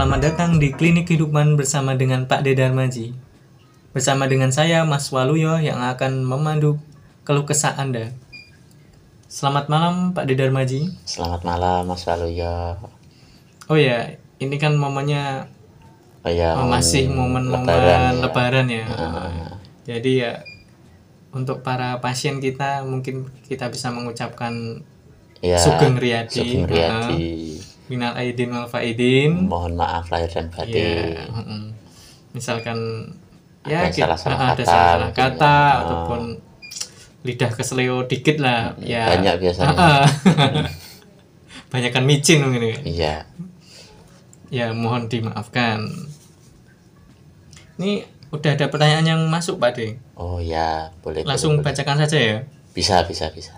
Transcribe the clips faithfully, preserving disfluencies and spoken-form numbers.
Selamat datang di Klinik Kehidupan bersama dengan Pak De Darmaji. Bersama dengan saya Mas Waluyo yang akan memandu keluh kesah Anda. Selamat malam Pak De Darmaji. Selamat malam Mas Waluyo. Oh ya, ini kan momennya Oh ya, oh, masih momen-momen lebaran, lebaran ya. ya. Uh, Jadi ya untuk para pasien kita mungkin kita bisa mengucapkan ya, Sugeng Riyadi. Sugeng Riyadi. Minal aidin wal faidin. Mohon maaf lahir dan batin. Ya, uh-uh. Misalkan ada ya salah-salah ada kata, salah kata ya. ataupun lidah keseleo dikit lah Hmm, ya. Banyak biasanya. Uh-uh. Banyakan micin mungkin ya. Iya. Ya mohon dimaafkan. Ini udah ada pertanyaan yang masuk Pak De. Oh ya, boleh. Langsung boleh, bacakan saja ya. Bisa, bisa, bisa.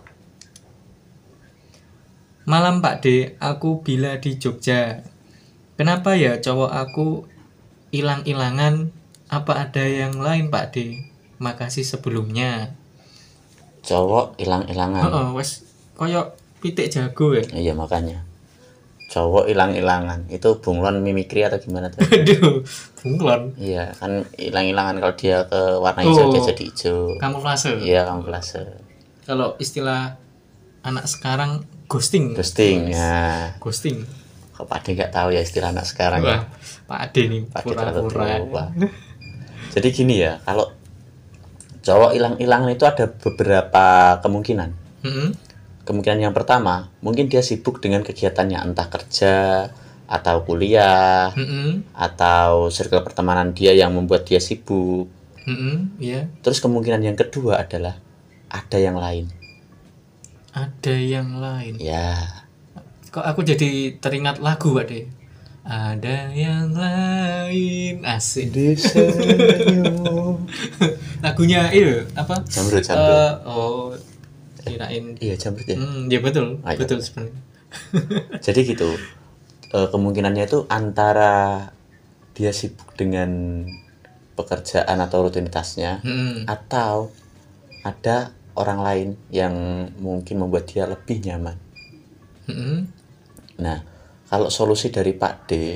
Malam Pak De, aku bila di Jogja. Kenapa ya cowok aku hilang-hilangan? Apa ada yang lain Pak De? Makasih sebelumnya. Cowok hilang-hilangan. Heeh, wes koyo pitik jago ya. Iya makanya. Cowok hilang-hilangan. Itu bunglon mimikri atau gimana tuh? Aduh, bunglon. Iya, kan hilang-hilangan kalau dia ke warna hijau Oh, dia jadi hijau. Kamuflase. Iya, kamuflase. Kalau istilah anak sekarang ghosting. Ghosting. Ya. Ghosting. Kok Pak De nggak tahu ya istilah anak sekarang? Wah, Pak Ade nih Pak De terlalu pura-pura. tua. Jadi gini ya, kalau cowok hilang-hilang itu ada beberapa kemungkinan. Mm-hmm. Kemungkinan yang pertama, mungkin dia sibuk dengan kegiatannya, entah kerja atau kuliah, Mm-hmm. atau circle pertemanan dia yang membuat dia sibuk. Mm-hmm. Iya. Terus kemungkinan yang kedua adalah ada yang lain. Ada yang lain. Ya. Kok aku jadi teringat lagu Pak De. Ada yang lain, asik. Lagunya itu apa? Jamrut, jamrut. Uh, oh, kirain. Iya, jamrut ya. Hmm, ya betul, Ah, iya. betul sebenarnya. Jadi gitu. E, kemungkinannya itu antara dia sibuk dengan pekerjaan atau rutinitasnya, Hmm. atau ada orang lain yang mungkin membuat dia lebih nyaman. Hmm. Nah, kalau solusi dari Pak D,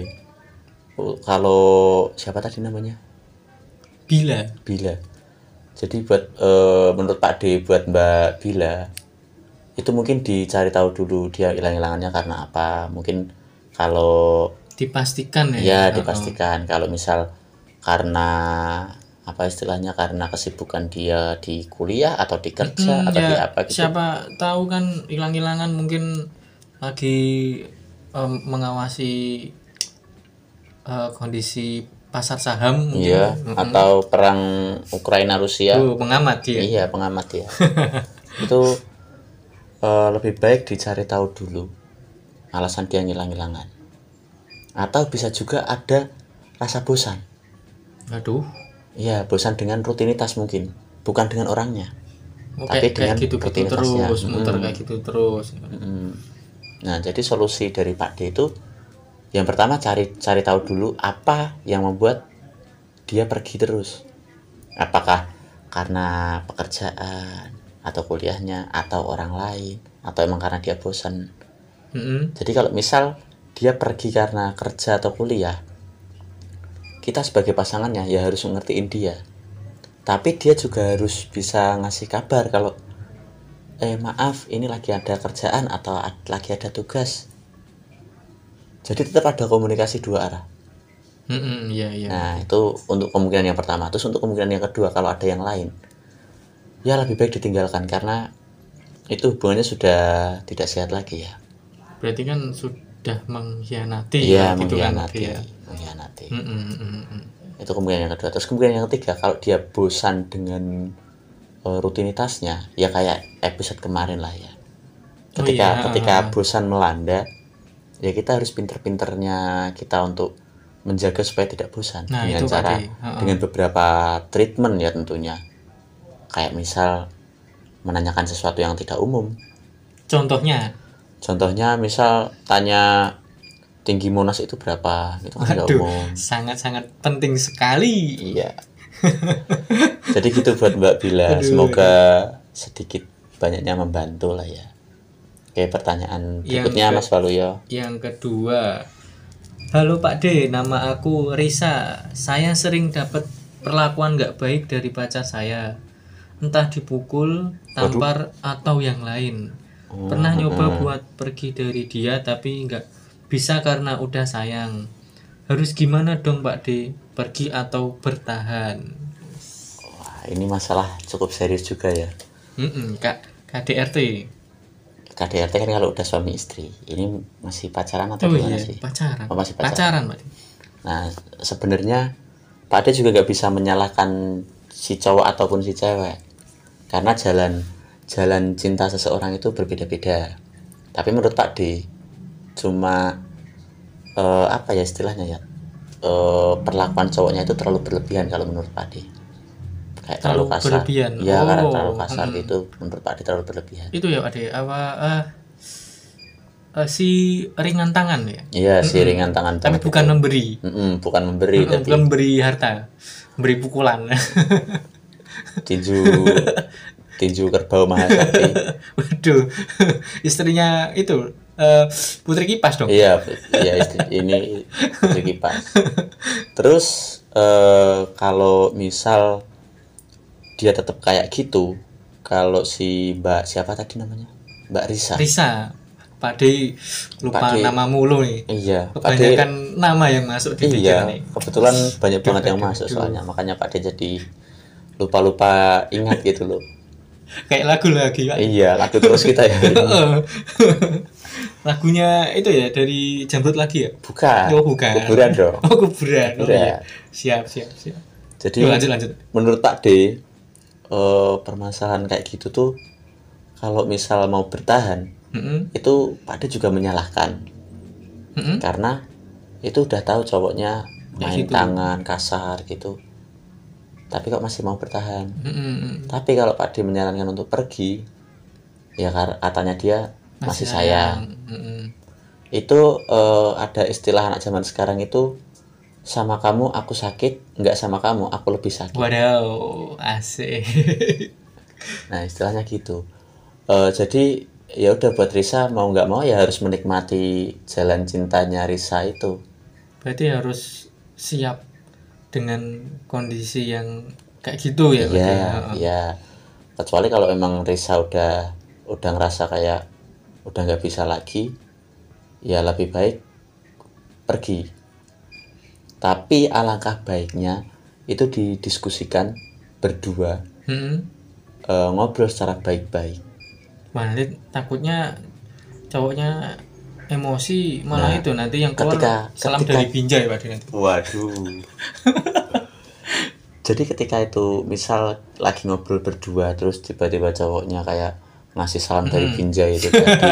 kalau siapa tadi namanya? Bila. Bila. Jadi buat e, menurut Pak D, buat Mbak Bila, itu mungkin dicari tahu dulu dia hilang-hilangannya karena apa. Mungkin kalau Dipastikan ya. ya Oh, dipastikan kalau misal karena apa istilahnya, karena kesibukan dia di kuliah atau di kerja Hmm, atau ya, di apa gitu. siapa tahu kan hilang-hilangan mungkin lagi em, mengawasi eh, kondisi pasar saham mungkin. Iya, Mm-mm. atau perang Ukraina Rusia. Tuh, pengamat dia. Iya, pengamat ya. Itu eh, lebih baik dicari tahu dulu alasan dia ngilang-ngilangan. Atau bisa juga ada rasa bosan. Aduh. Iya, bosan dengan rutinitas mungkin, bukan dengan orangnya. Oh, Tapi kayak, dengan kayak gitu-gitu rutinitasnya. terus, muter Hmm. kayak gitu terus. Mm. Nah, jadi solusi dari Pak D itu yang pertama cari cari tahu dulu apa yang membuat dia pergi terus. Apakah karena pekerjaan atau kuliahnya atau orang lain atau emang karena dia bosan. Mm-mm. Jadi kalau misal dia pergi karena kerja atau kuliah, kita sebagai pasangannya ya harus ngertiin dia. Tapi dia juga harus bisa ngasih kabar kalau eh maaf ini lagi ada kerjaan atau ad- lagi ada tugas. Jadi tetap ada komunikasi dua arah. Mm-mm, iya, iya. Nah itu untuk kemungkinan yang pertama. Terus untuk kemungkinan yang kedua, kalau ada yang lain, ya lebih baik ditinggalkan karena itu hubungannya sudah tidak sehat lagi ya. Berarti kan sudah mengkhianati Iya, ya, gitu kan, mengkhianati, iya. mengkhianati. Mm-mm, mm-mm. Itu kemungkinan yang kedua. Terus kemungkinan yang ketiga, kalau dia bosan dengan uh, rutinitasnya, ya kayak episode kemarin lah ya. Ketika Oh, iya. ketika bosan melanda, ya kita harus pinter-pinternya kita untuk menjaga supaya tidak bosan. Nah, dengan itu cara tadi. Uh-uh. dengan beberapa treatment ya tentunya. Kayak misal menanyakan sesuatu yang tidak umum. Contohnya, Contohnya misal tanya tinggi Monas itu berapa, itu kan tidak waduh, umum. sangat-sangat penting sekali. Iya. Jadi gitu buat Mbak Bila. Aduh. Semoga sedikit banyaknya membantu lah ya. Oke, pertanyaan Yang berikutnya ke- Mas Waluyo. Yang kedua, Halo Pak D, nama aku Risa. Saya sering dapat perlakuan nggak baik dari pacar saya. Entah dipukul, tampar, atau yang lain. Pernah nyoba buat pergi dari dia tapi nggak bisa karena udah sayang. Harus gimana dong Pak D? Pergi atau bertahan? Wah, ini masalah cukup serius juga ya. Mm-mm, Kak, K D R T. K D R T kan kalau udah suami istri. Ini masih pacaran atau Oh gimana iya, sih? pacaran. Oh, masih pacaran. Pacaran Pak D. Nah, sebenarnya Pak Ade juga nggak bisa menyalahkan si cowok ataupun si cewek, karena jalan jalan cinta seseorang itu berbeda-beda. Tapi menurut Pak D, cuma eh, apa ya istilahnya ya, eh, perlakuan cowoknya itu terlalu berlebihan kalau menurut Pak D. Kayak terlalu, Terlalu kasar. berlebihan. Iya, karena Oh, terlalu kasar mm. gitu. Menurut Pak D terlalu berlebihan. Itu ya Pak D, apa eh, eh, si ringan tangan ya? Iya, si ringan tangan. Tapi banget bukan itu. memberi. Mm-mm, bukan memberi, Mm-mm, tapi bukan memberi harta, memberi pukulan. tinju tinju kerbau mahasakti. Waduh, istrinya itu eh, putri kipas dong. Iya, iya istri- ini putri kipas. Terus eh, kalau misal dia tetap kayak gitu, kalau si Mbak siapa tadi namanya? Mbak Risa. Risa, Pak D lupa Pak D. nama mulu nih. Iya, Pak D. Kebanyakan nama yang masuk di pikiran Iya, nih. kebetulan banyak banget yang Aduh, masuk aduh. soalnya, makanya Pak D jadi lupa-lupa ingat gitu loh. Kayak lagu lagi Pak. Iya, lagu terus kita ya. Lagunya itu ya dari Jamrut lagi ya? Bukan. Oh bukan. Kuburan dong. Oh kuburan. Oh, Kuburan. iya. Siap siap siap. Jadi Yuk, lanjut lanjut. menurut Pak D, eh, permasalahan kayak gitu tuh kalau misal mau bertahan Mm-mm. itu Pak D juga menyalahkan, Mm-mm. karena itu udah tahu cowoknya Ya main gitu. tangan kasar gitu, tapi kok masih mau bertahan. Mm-mm. Tapi kalau Pak D menyarankan untuk pergi, ya kar- katanya dia masih, sayang. Mm-mm. Itu eh, ada istilah anak zaman sekarang itu, sama kamu aku sakit, nggak sama kamu aku lebih sakit. Waduh, asik. Nah istilahnya gitu. Eh, jadi ya udah buat Risa mau nggak mau ya harus menikmati jalan cintanya Risa itu. Berarti harus siap dengan kondisi yang kayak gitu ya, berarti Iya, ya. iya. Kecuali kalau emang Risa udah udah ngerasa kayak udah nggak bisa lagi, ya lebih baik pergi. Tapi alangkah baiknya itu didiskusikan berdua, Mm-mm. eh, ngobrol secara baik-baik. Wah, nanti takutnya cowoknya emosi malah Nah, itu nanti yang keluar ketika- salam ketika- dari Binjai Pak D nanti. Waduh. Jadi ketika itu misal lagi ngobrol berdua terus tiba-tiba cowoknya kayak ngasih salam dari Binjai itu tadi,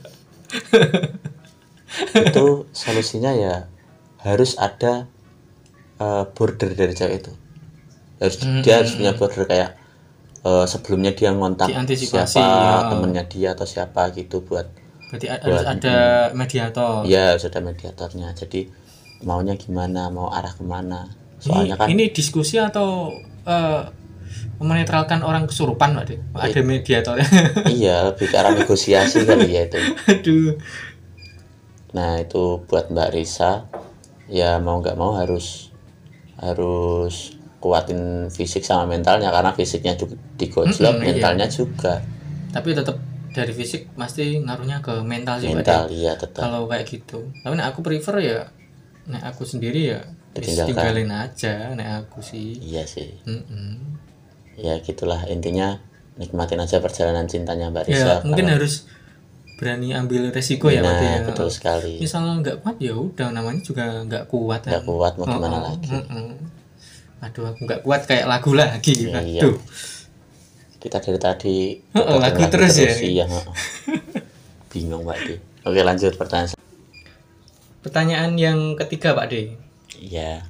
itu solusinya ya harus ada eh, border dari cewek itu. Harus dia harus punya border kayak eh, sebelumnya dia ngontak Diantisipasi, siapa ya. temennya dia atau siapa gitu buat Berarti a- harus ada mediator. ya harus ada mediatornya. Jadi maunya gimana, mau arah kemana. Soalnya ini, kan ini diskusi atau eh, menetralkan orang kesurupan Pak D? Ada mediatornya. iya lebih ke arah negosiasi kali ya itu. Aduh. Nah itu buat Mbak Risa, ya mau nggak mau harus harus kuatin fisik sama mentalnya, karena fisiknya juga digojlok, Mm-mm, iya. mentalnya juga. Tapi tetap dari fisik pasti ngaruhnya ke mental sih Pak D. Mental iya tetap. Kalau kayak gitu. Tapi nek aku prefer ya nek aku sendiri ya wis Ditinggalkan. tinggalin aja nek aku sih. Iya sih. Mm-mm. Ya gitulah intinya, nikmatin aja perjalanan cintanya Mbak Ya Risa. mungkin Kalau- harus berani ambil resiko ya Pak D nah ya. betul sekali. Misalnya nggak kuat ya udah, namanya juga nggak kuat kan. Nggak kuat mau gimana Oh, oh, lagi. mm-mm. Aduh aku nggak kuat kayak lagu lagi. Iya. Aduh. Kita dari tadi Oh, puterin lagu terus ya? Iya. heeh. Bingung Mbak Di. Oke lanjut pertanyaan. Pertanyaan yang ketiga Pak D. Iya.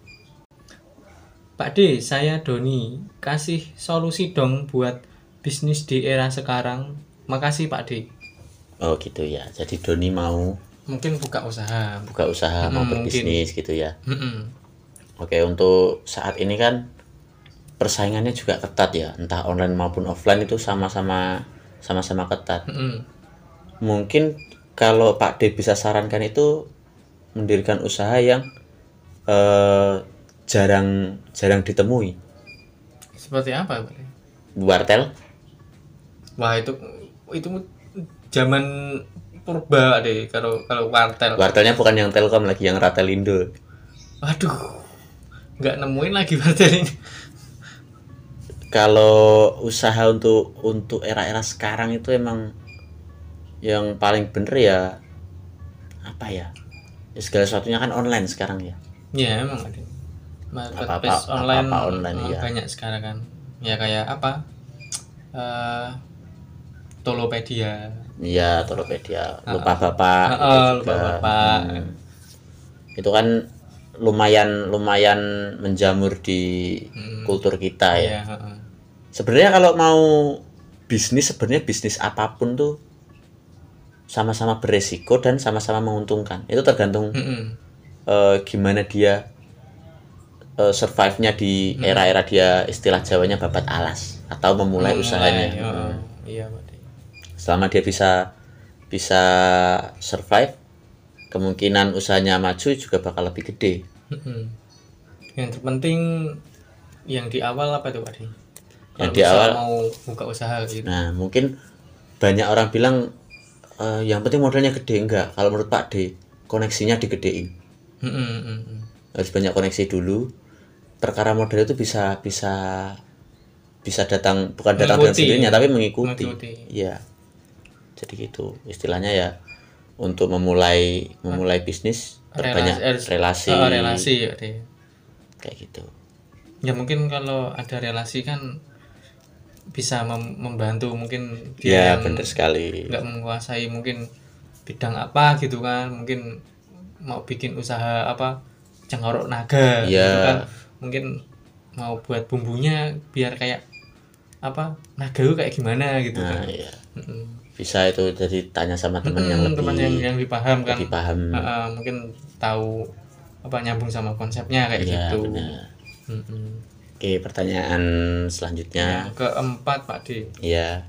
Pak D, saya Doni. Kasih solusi dong buat bisnis di era sekarang. Makasih Pak D. Oh gitu ya. Jadi Doni mau Mungkin buka usaha. buka usaha, mau Hmm, berbisnis gitu ya. Mm-mm. Oke, untuk saat ini kan persaingannya juga ketat ya, entah online maupun offline itu sama-sama sama-sama ketat. Mm-mm. Mungkin kalau Pak D bisa sarankan itu mendirikan usaha yang eh, jarang jarang ditemui. Seperti apa, Pak? Wartel. Wah, itu itu zaman purba deh kalau kalau wartel. Wartelnya bukan yang Telkom lagi, yang Ratelindo. Waduh, nggak nemuin lagi wartel ini. Kalau usaha untuk untuk era-era sekarang itu emang yang paling bener ya apa ya? Ya segala sesuatunya kan online sekarang ya. Ya emang ada. Marketplace Apa-apa- online, apa-apa online, eh, iya. banyak sekarang kan. Ya kayak apa? Eh Tokopedia. Iya, Tokopedia, Lupa Bapak Ah, itu ah, juga. Lupa Bapak. Hmm. Itu kan lumayan lumayan menjamur di Hmm. kultur kita ya. Iya, heeh. Sebenarnya kalau mau bisnis, sebenarnya bisnis apapun tuh sama-sama beresiko dan sama-sama menguntungkan. Itu tergantung Mm-mm. eh, gimana dia eh, survive-nya di era-era dia, istilah Jawanya babat alas atau memulai Memulai, usahanya. heeh. Hmm. Iya, Pak. Selama dia bisa bisa survive, kemungkinan usahanya maju juga bakal lebih gede. Mm-mm. Yang terpenting yang di awal apa tuh, Pak? Yang Kalau di misal awal- mau buka usaha gitu. Nah, mungkin banyak orang bilang eh, yang penting modalnya gede. Enggak, kalau menurut Pak D, koneksinya digedein. Mm-mm, mm-mm. Harus banyak koneksi dulu. Perkara modal itu bisa bisa bisa datang, bukan datang dengan Mengikuti. sendirinya tapi mengikuti. Mengikuti. Iya. Jadi gitu. Istilahnya ya untuk memulai memulai bisnis perbanyak Relasi- relasi, Oh, relasi ya deh. kayak gitu. Ya mungkin kalau ada relasi kan bisa mem- membantu mungkin Ya, dia yang benar sekali. nggak menguasai mungkin bidang apa gitu kan, mungkin mau bikin usaha apa cengorok naga Iya. gitu kan, mungkin mau buat bumbunya biar kayak apa naga itu kayak gimana gitu Nah, kan. iya. Mm-mm. Bisa itu jadi tanya sama teman yang Mm-mm, lebih teman yang yang dipaham kan. lebih paham. Uh-uh, mungkin tahu apa nyambung sama konsepnya kayak Iya, gitu. benar. Mm-mm. Oke, pertanyaan selanjutnya. Yang keempat, Pak D. Iya.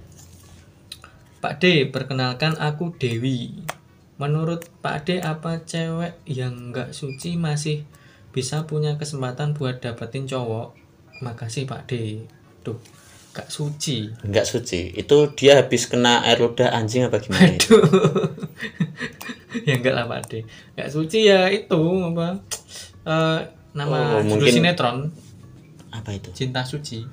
Pak D, perkenalkan aku Dewi. Menurut Pak D, apa cewek yang nggak suci masih bisa punya kesempatan buat dapetin cowok? Makasih Pak D. Tuh, gak suci. Enggak suci. Itu dia habis kena air ludah anjing apa gimana itu? Aduh. Ya enggak lah Pak D. Gak suci ya itu apa? Eh, nama Oh, judul mungkin- sinetron Apa itu? Cinta Suci.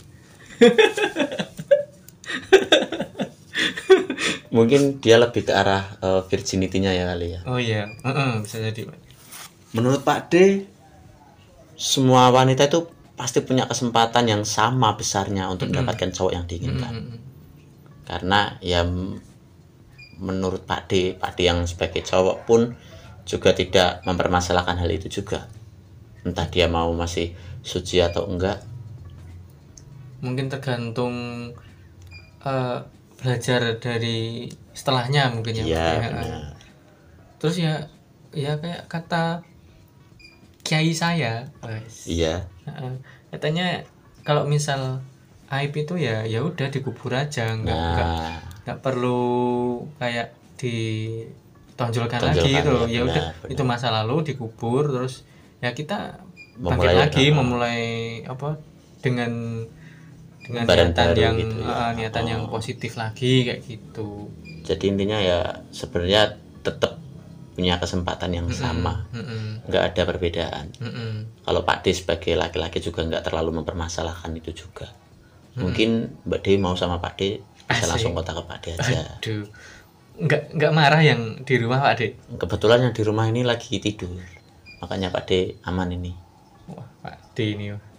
Mungkin dia lebih ke arah eh, virginity-nya ya kali ya. Oh iya, Heeh, bisa jadi Pak. Menurut Pak D, semua wanita itu pasti punya kesempatan yang sama besarnya untuk mendapatkan cowok yang diinginkan. Mm-mm. Karena ya m- menurut Pak D, Pak D yang sebagai cowok pun juga tidak mempermasalahkan hal itu juga. Entah dia mau masih suci atau enggak. Mungkin tergantung eh, belajar dari setelahnya mungkin ya. Iya, Pak, ya. benar. Terus ya ya kayak kata kiai saya, wes. Iya. Heeh. Katanya kalau misal aib itu ya ya udah dikubur aja, nggak nggak Nah, nggak perlu kayak ditonjolkan lagi Tonjolkan, gitu. ya, Ya udah benar, benar. itu masa lalu dikubur terus ya kita bangkit Memulai, lagi, uh, memulai apa dengan dengan Lembaran niatan baru yang gitu ya. uh, niatan yang Oh. positif lagi kayak gitu. jadi intinya ya sebenarnya tetap punya kesempatan yang sama. Mm-mm. Nggak ada perbedaan. Mm-mm. Kalau Pak D sebagai laki-laki juga nggak terlalu mempermasalahkan itu juga. Mungkin Mbak D mau sama Pak D bisa Asik. langsung kontak ke Pak D aja. Aduh, nggak nggak marah yang di rumah Pak De. Kebetulan yang di rumah ini lagi tidur, makanya Pak D aman ini. Wah Pak D ini. wah.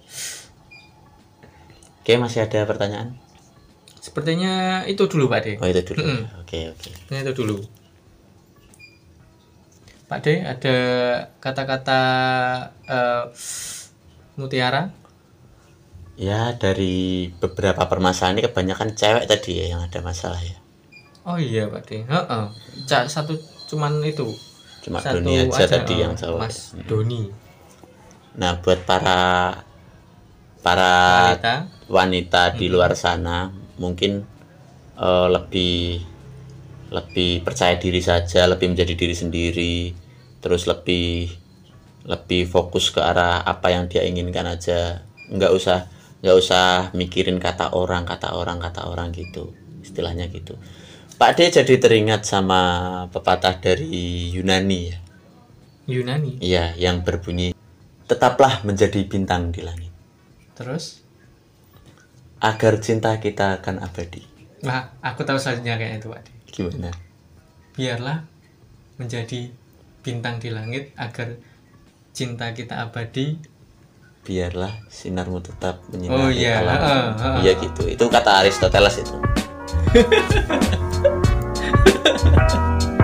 Oke, masih ada pertanyaan? Sepertinya itu dulu Pak De. Oh itu dulu. Mm-mm. ya. Oke oke. Sepertinya itu dulu. Pak De ada kata-kata eh, mutiara? Ya dari beberapa permasalahan ini kebanyakan cewek tadi ya yang ada masalah ya. Oh iya Pak De. Heeh. Ca- Satu cuman itu. Cuma Satu Doni aja tadi eh, yang cowok. Mas Doni. Nah buat para para Wanita. wanita di luar sana mungkin eh, lebih lebih percaya diri saja, lebih menjadi diri sendiri, terus lebih lebih fokus ke arah apa yang dia inginkan aja, nggak usah nggak usah mikirin kata orang kata orang kata orang gitu, istilahnya gitu. Pak D jadi teringat sama pepatah dari Yunani ya. Yunani. Iya, yang berbunyi tetaplah menjadi bintang di langit. Terus? Agar cinta kita akan abadi. Nah, aku tahu selanjutnya kayak itu Pak D. Gimana? Biarlah menjadi bintang di langit agar cinta kita abadi. Biarlah sinarmu tetap menyinari Oh iya, alam. uh, uh. Iya gitu. Itu kata Aristoteles itu.